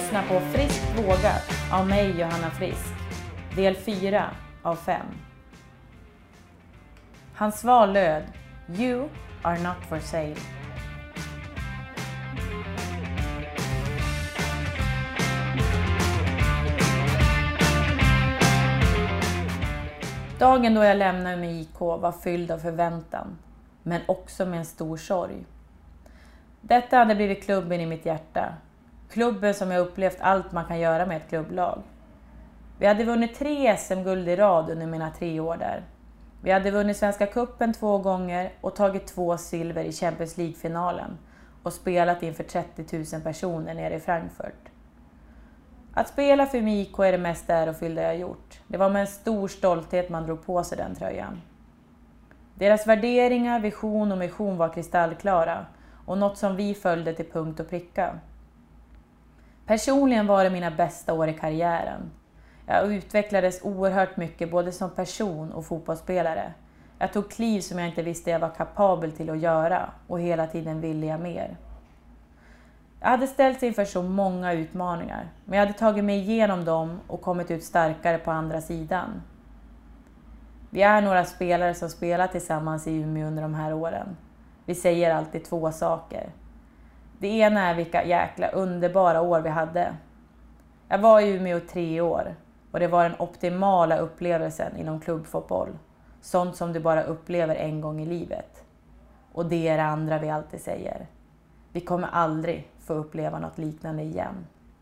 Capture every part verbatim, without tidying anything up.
lyssnar på Friskt vågat av mig, Johanna Frisk. Del fyra av fem. Hans svar löd: You are not for sale. Dagen då jag lämnade med I K var fylld av förväntan, men också med en stor sorg. Detta hade blivit klubben i mitt hjärta. Klubben som jag upplevt allt man kan göra med ett klubblag. Vi hade vunnit tre S M-guld i rad under mina tre år där. Vi hade vunnit Svenska Cupen två gånger och tagit två silver i Champions League-finalen och spelat inför trettio tusen personer nere i Frankfurt. Att spela för I K är det mest ärofyllda jag gjort. Det var med en stor stolthet man drog på sig den tröjan. Deras värderingar, vision och mission var kristallklara och något som vi följde till punkt och pricka. Personligen var det mina bästa år i karriären. Jag utvecklades oerhört mycket både som person och fotbollsspelare. Jag tog kliv som jag inte visste jag var kapabel till att göra och hela tiden ville jag mer. Jag hade ställts inför så många utmaningar, men jag hade tagit mig igenom dem och kommit ut starkare på andra sidan. Vi är några spelare som spelat tillsammans i Umeå under de här åren. Vi säger alltid två saker. Det ena är vilka jäkla underbara år vi hade. Jag var i Umeå tre år och det var den optimala upplevelsen inom klubbfotboll. Sånt som du bara upplever en gång i livet. Och det är det andra vi alltid säger. Vi kommer aldrig få uppleva något liknande igen.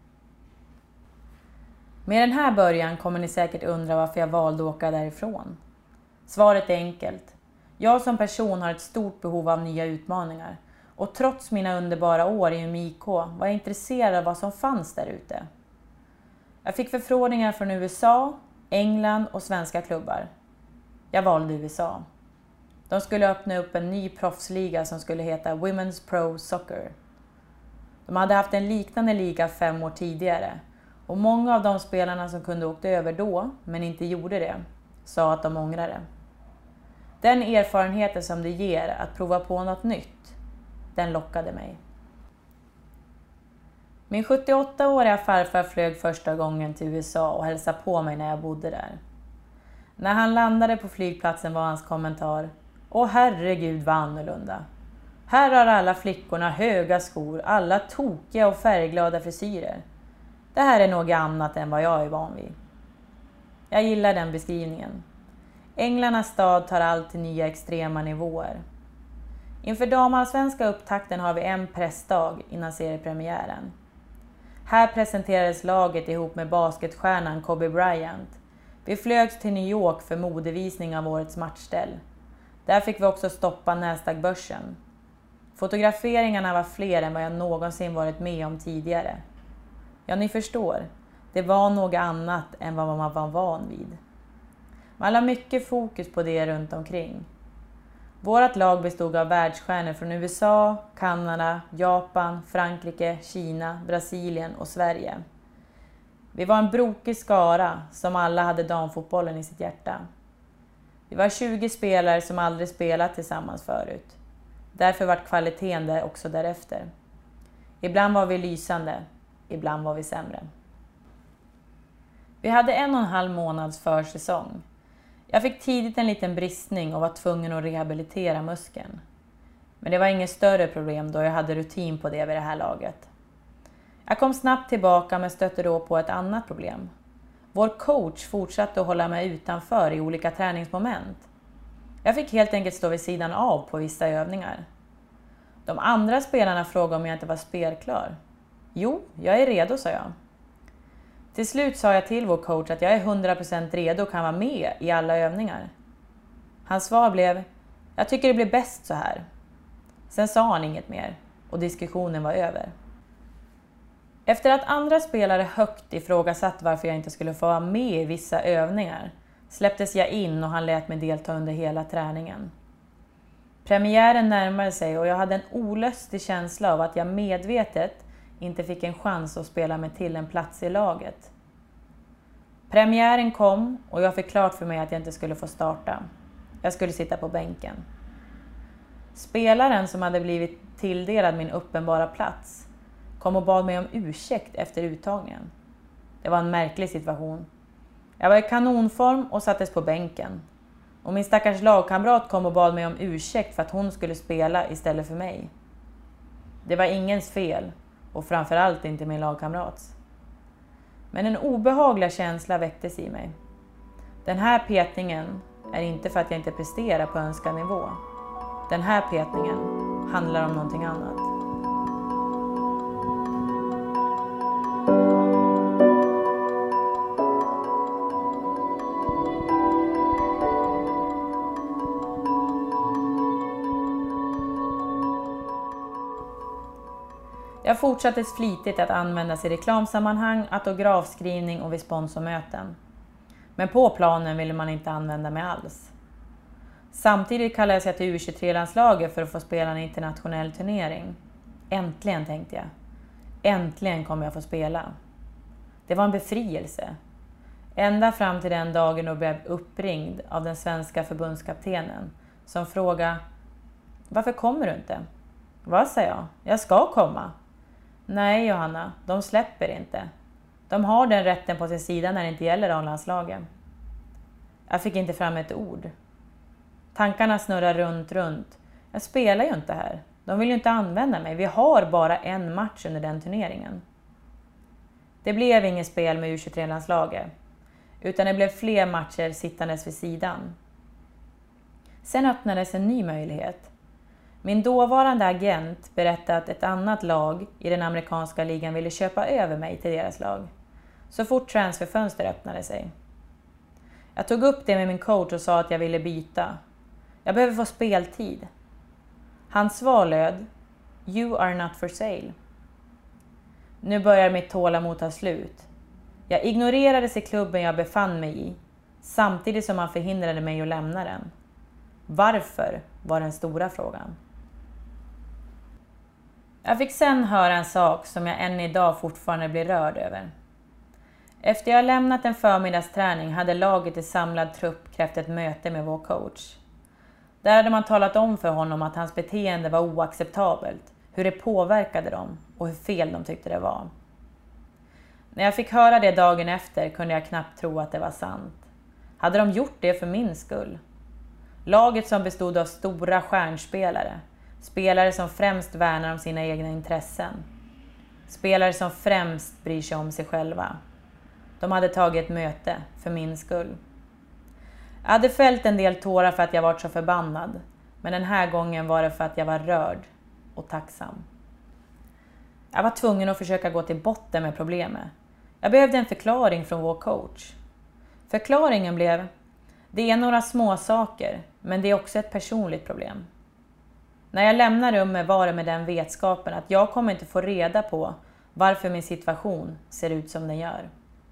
Med den här början kommer ni säkert undra varför jag valde att åka därifrån. Svaret är enkelt. Jag som person har ett stort behov av nya utmaningar. Och trots mina underbara år i U M I K var jag intresserad av vad som fanns där ute. Jag fick förfrågningar från U S A, England och svenska klubbar. Jag valde U S A. De skulle öppna upp en ny proffsliga som skulle heta Women's Pro Soccer. De hade haft en liknande liga fem år tidigare. Och många av de spelarna som kunde åkt över då, men inte gjorde det, sa att de ångrade. Den erfarenheten som det ger att prova på något nytt, den lockade mig. Min sjuttioåttaåriga farfar flög första gången till U S A och hälsade på mig när jag bodde där. När han landade på flygplatsen var hans kommentar: Åh herregud vad annorlunda. Här har alla flickorna höga skor, alla tokiga och färgglada frisyrer. Det här är något annat än vad jag är van vid. Jag gillar den beskrivningen. Änglarnas stad tar allt till nya extrema nivåer. Inför damallsvenska upptakten har vi en pressdag innan seriepremiären. Här presenterades laget ihop med basketstjärnan Kobe Bryant. Vi flögs till New York för modevisning av årets matchställ. Där fick vi också stoppa Nasdaq-börsen. Fotograferingarna var fler än vad jag någonsin varit med om tidigare. Ja, ni förstår. Det var något annat än vad man var van vid. Man la mycket fokus på det runt omkring. Vårt lag bestod av världsstjärnor från U S A, Kanada, Japan, Frankrike, Kina, Brasilien och Sverige. Vi var en brokig skara som alla hade damfotbollen i sitt hjärta. Vi var tjugo spelare som aldrig spelat tillsammans förut. Därför var kvaliteten där också därefter. Ibland var vi lysande, ibland var vi sämre. Vi hade en och en halv månads försäsong. Jag fick tidigt en liten bristning och var tvungen att rehabilitera muskeln. Men det var inget större problem då jag hade rutin på det vid det här laget. Jag kom snabbt tillbaka men stötte då på ett annat problem. Vår coach fortsatte att hålla mig utanför i olika träningsmoment. Jag fick helt enkelt stå vid sidan av på vissa övningar. De andra spelarna frågade om jag inte var spelklar. Jo, jag är redo, sa jag. Till slut sa jag till vår coach att jag är hundra procent redo och kan vara med i alla övningar. Hans svar blev: jag tycker det blir bäst så här. Sen sa han inget mer och diskussionen var över. Efter att andra spelare högt ifrågasatt varför jag inte skulle få vara med i vissa övningar släpptes jag in och han lät mig delta under hela träningen. Premiären närmade sig och jag hade en olustig känsla av att jag medvetet inte fick en chans att spela mig till en plats i laget. Premiären kom och jag fick klart för mig att jag inte skulle få starta. Jag skulle sitta på bänken. Spelaren som hade blivit tilldelad min uppenbara plats kom och bad mig om ursäkt efter uttagningen. Det var en märklig situation. Jag var i kanonform och sattes på bänken. Och min stackars lagkamrat kom och bad mig om ursäkt för att hon skulle spela istället för mig. Det var ingens fel och framförallt inte min lagkamrats. Men en obehaglig känsla väcktes i mig. Den här petningen är inte för att jag inte presterar på önskad nivå. Den här petningen handlar om någonting annat. Jag fortsatte flitigt att användas i reklamsammanhang, autografskrivning och vid sponsormöten. Men på planen ville man inte använda mig alls. Samtidigt kallades jag till U tjugotre-landslaget för att få spela en internationell turnering. Äntligen, tänkte jag. Äntligen kommer jag få spela. Det var en befrielse. Ända fram till den dagen då blev uppringd av den svenska förbundskaptenen som frågade: varför kommer du inte? Vad, sa jag? Jag ska komma. Nej, Johanna, de släpper inte. De har den rätten på sin sida när det inte gäller A-landslaget. Jag fick inte fram ett ord. Tankarna snurrar runt, runt. Jag spelar ju inte här. De vill ju inte använda mig. Vi har bara en match under den turneringen. Det blev ingen spel med U tjugotre-landslaget. Utan det blev fler matcher sittandes vid sidan. Sen öppnades en ny möjlighet. Min dåvarande agent berättade att ett annat lag i den amerikanska ligan ville köpa över mig till deras lag. Så fort transferfönster öppnade sig. Jag tog upp det med min coach och sa att jag ville byta. Jag behöver få speltid. Hans svar löd: You are not for sale. Nu börjar mitt tålamod ta slut. Jag ignorerades i klubben jag befann mig i, samtidigt som han förhindrade mig att lämna den. Varför var den stora frågan. Jag fick sen höra en sak som jag än idag fortfarande blir rörd över. Efter jag lämnat en förmiddagsträning hade laget i samlad trupp krävt ett möte med vår coach. Där hade man talat om för honom att hans beteende var oacceptabelt, hur det påverkade dem och hur fel de tyckte det var. När jag fick höra det dagen efter kunde jag knappt tro att det var sant. Hade de gjort det för min skull? Laget som bestod av stora stjärnspelare, spelare som främst värnar om sina egna intressen, spelare som främst bryr sig om sig själva. De hade tagit ett möte för min skull. Jag hade fällt en del tårar för att jag varit så förbannad, men den här gången var det för att jag var rörd och tacksam. Jag var tvungen att försöka gå till botten med problemet. Jag behövde en förklaring från vår coach. Förklaringen blev: det är några små saker, men det är också ett personligt problem. När jag lämnade rummet var det med den vetskapen att jag kommer inte få reda på varför min situation ser ut som den gör.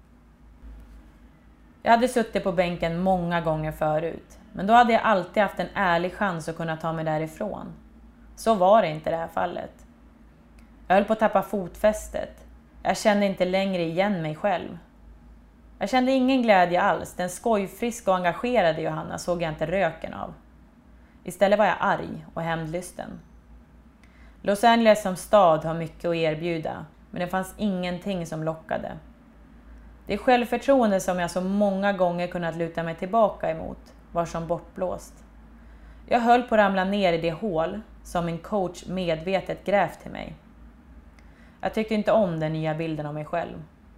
Jag hade suttit på bänken många gånger förut, men då hade jag alltid haft en ärlig chans att kunna ta mig därifrån. Så var det inte i det här fallet. Jag höll på att tappa fotfästet. Jag kände inte längre igen mig själv. Jag kände ingen glädje alls. Den skojfriska och engagerade Johanna såg jag inte röken av. Istället var jag arg och hämndlysten. Los Angeles som stad har mycket att erbjuda, men det fanns ingenting som lockade. Det självförtroende som jag så många gånger kunnat luta mig tillbaka emot var som bortblåst. Jag höll på att ramla ner i det hål som min coach medvetet grävt till mig. Jag tyckte inte om den nya bilden av mig själv.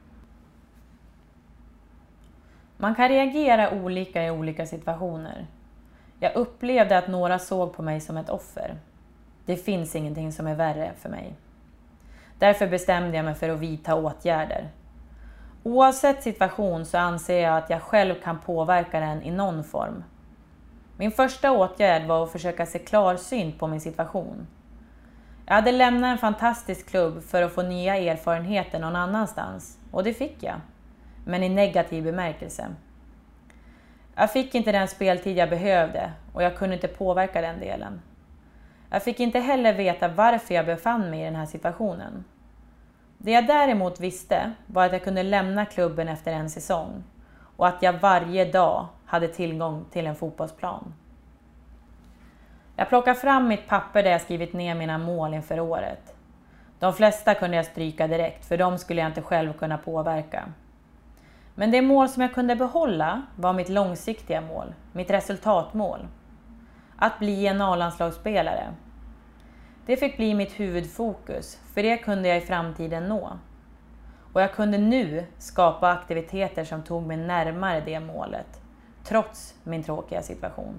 Man kan reagera olika i olika situationer. Jag upplevde att några såg på mig som ett offer. Det finns ingenting som är värre för mig. Därför bestämde jag mig för att vidta åtgärder. Oavsett situation så anser jag att jag själv kan påverka den i någon form. Min första åtgärd var att försöka se klarsynt på min situation. Jag hade lämnat en fantastisk klubb för att få nya erfarenheter någon annanstans, och det fick jag. Men i negativ bemärkelse. Jag fick inte den speltid jag behövde och jag kunde inte påverka den delen. Jag fick inte heller veta varför jag befann mig i den här situationen. Det jag däremot visste var att jag kunde lämna klubben efter en säsong och att jag varje dag hade tillgång till en fotbollsplan. Jag plockade fram mitt papper där jag skrivit ner mina mål inför året. De flesta kunde jag stryka direkt, för de skulle jag inte själv kunna påverka. Men det mål som jag kunde behålla var mitt långsiktiga mål, mitt resultatmål. Att bli en A-landslagsspelare. Det fick bli mitt huvudfokus, för det kunde jag i framtiden nå. Och jag kunde nu skapa aktiviteter som tog mig närmare det målet, trots min tråkiga situation.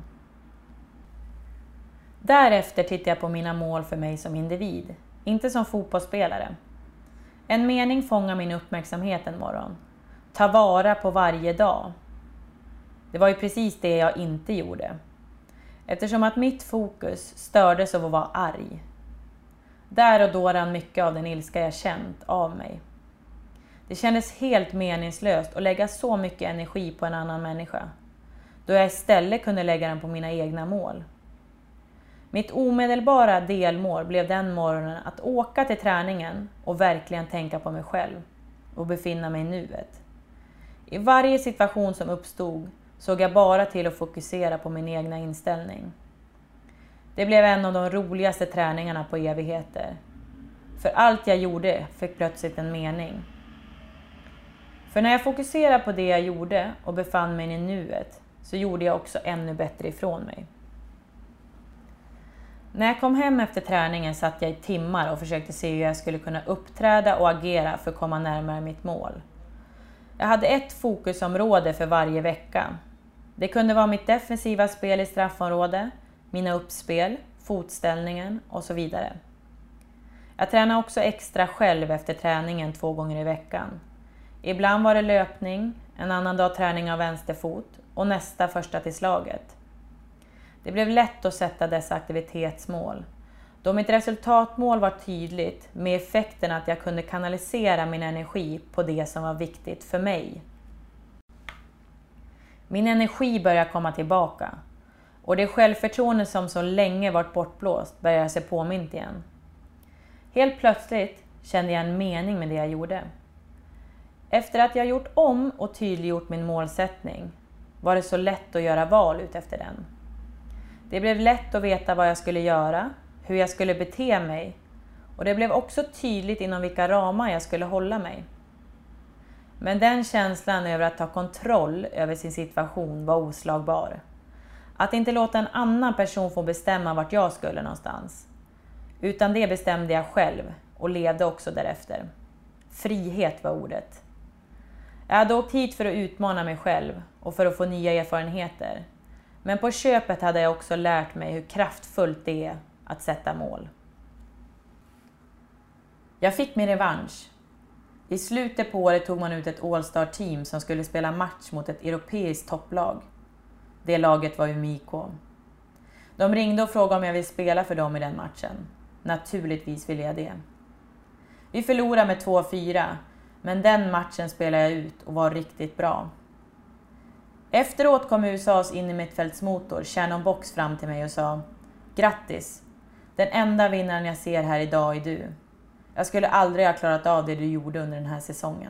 Därefter tittade jag på mina mål för mig som individ, inte som fotbollsspelare. En mening fångar min uppmärksamhet en morgon. Ta vara på varje dag. Det var ju precis det jag inte gjorde. Eftersom att mitt fokus stördes av att vara arg. Där och då rann mycket av den ilska jag känt av mig. Det kändes helt meningslöst att lägga så mycket energi på en annan människa, då jag istället kunde lägga den på mina egna mål. Mitt omedelbara delmål blev den morgonen att åka till träningen och verkligen tänka på mig själv och befinna mig i nuet. I varje situation som uppstod såg jag bara till att fokusera på min egna inställning. Det blev en av de roligaste träningarna på evigheter. För allt jag gjorde fick plötsligt en mening. För när jag fokuserade på det jag gjorde och befann mig i nuet, så gjorde jag också ännu bättre ifrån mig. När jag kom hem efter träningen satt jag i timmar och försökte se hur jag skulle kunna uppträda och agera för att komma närmare mitt mål. Jag hade ett fokusområde för varje vecka. Det kunde vara mitt defensiva spel i straffområde, mina uppspel, fotställningen och så vidare. Jag tränade också extra själv efter träningen två gånger i veckan. Ibland var det löpning, en annan dag träning av vänsterfot och nästa första till slaget. Det blev lätt att sätta dessa aktivitetsmål, då mitt resultatmål var tydligt med effekten att jag kunde kanalisera min energi på det som var viktigt för mig. Min energi började komma tillbaka och det självförtroende som så länge varit bortblåst började se påmint igen. Helt plötsligt kände jag en mening med det jag gjorde. Efter att jag gjort om och tydliggjort min målsättning var det så lätt att göra val ut efter den. Det blev lätt att veta vad jag skulle göra, hur jag skulle bete mig och det blev också tydligt inom vilka ramar jag skulle hålla mig. Men den känslan över att ta kontroll över sin situation var oslagbar. Att inte låta en annan person få bestämma vart jag skulle någonstans. Utan det bestämde jag själv och levde också därefter. Frihet var ordet. Jag hade åkt hit för att utmana mig själv och för att få nya erfarenheter. Men på köpet hade jag också lärt mig hur kraftfullt det är att sätta mål. Jag fick min revansch. I slutet på året tog man ut ett All-Star-team som skulle spela match mot ett europeiskt topplag. Det laget var Umeå I K. De ringde och frågade om jag ville spela för dem i den matchen. Naturligtvis ville jag det. Vi förlorade med två fyra, men den matchen spelade jag ut och var riktigt bra. Efteråt kom U S A:s innermittfältsmotor Shannon Box fram till mig och sa: "Grattis! Den enda vinnaren jag ser här idag är du. Jag skulle aldrig ha klarat av det du gjorde under den här säsongen."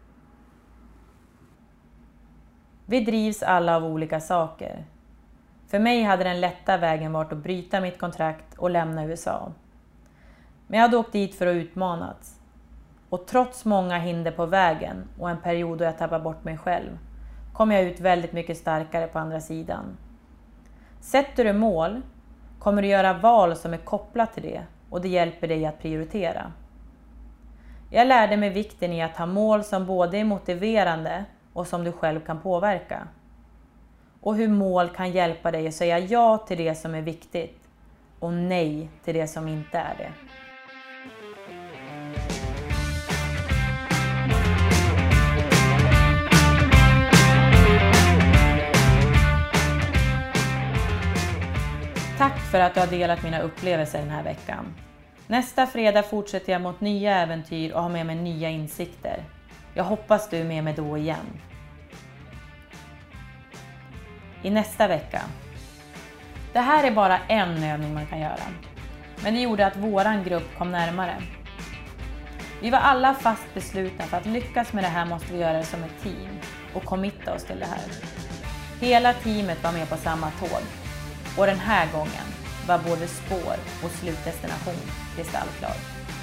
Vi drivs alla av olika saker. För mig hade den lätta vägen varit att bryta mitt kontrakt och lämna U S A. Men jag hade åkt dit för att utmanats. Och trots många hinder på vägen och en period då jag tappade bort mig själv, kom jag ut väldigt mycket starkare på andra sidan. Sätter du mål kommer du göra val som är kopplat till det och det hjälper dig att prioritera. Jag lärde mig vikten i att ha mål som både är motiverande och som du själv kan påverka. Och hur mål kan hjälpa dig att säga ja till det som är viktigt och nej till det som inte är det. Tack för att du har delat mina upplevelser den här veckan. Nästa fredag fortsätter jag mot nya äventyr och har med mig nya insikter. Jag hoppas du är med mig då igen. I nästa vecka. Det här är bara en övning man kan göra. Men det gjorde att våran grupp kom närmare. Vi var alla fast beslutna för att lyckas med det här måste vi göra det som ett team och committa oss till det här. Hela teamet var med på samma tåg. Och den här gången var både spår och slutdestination kristallklar.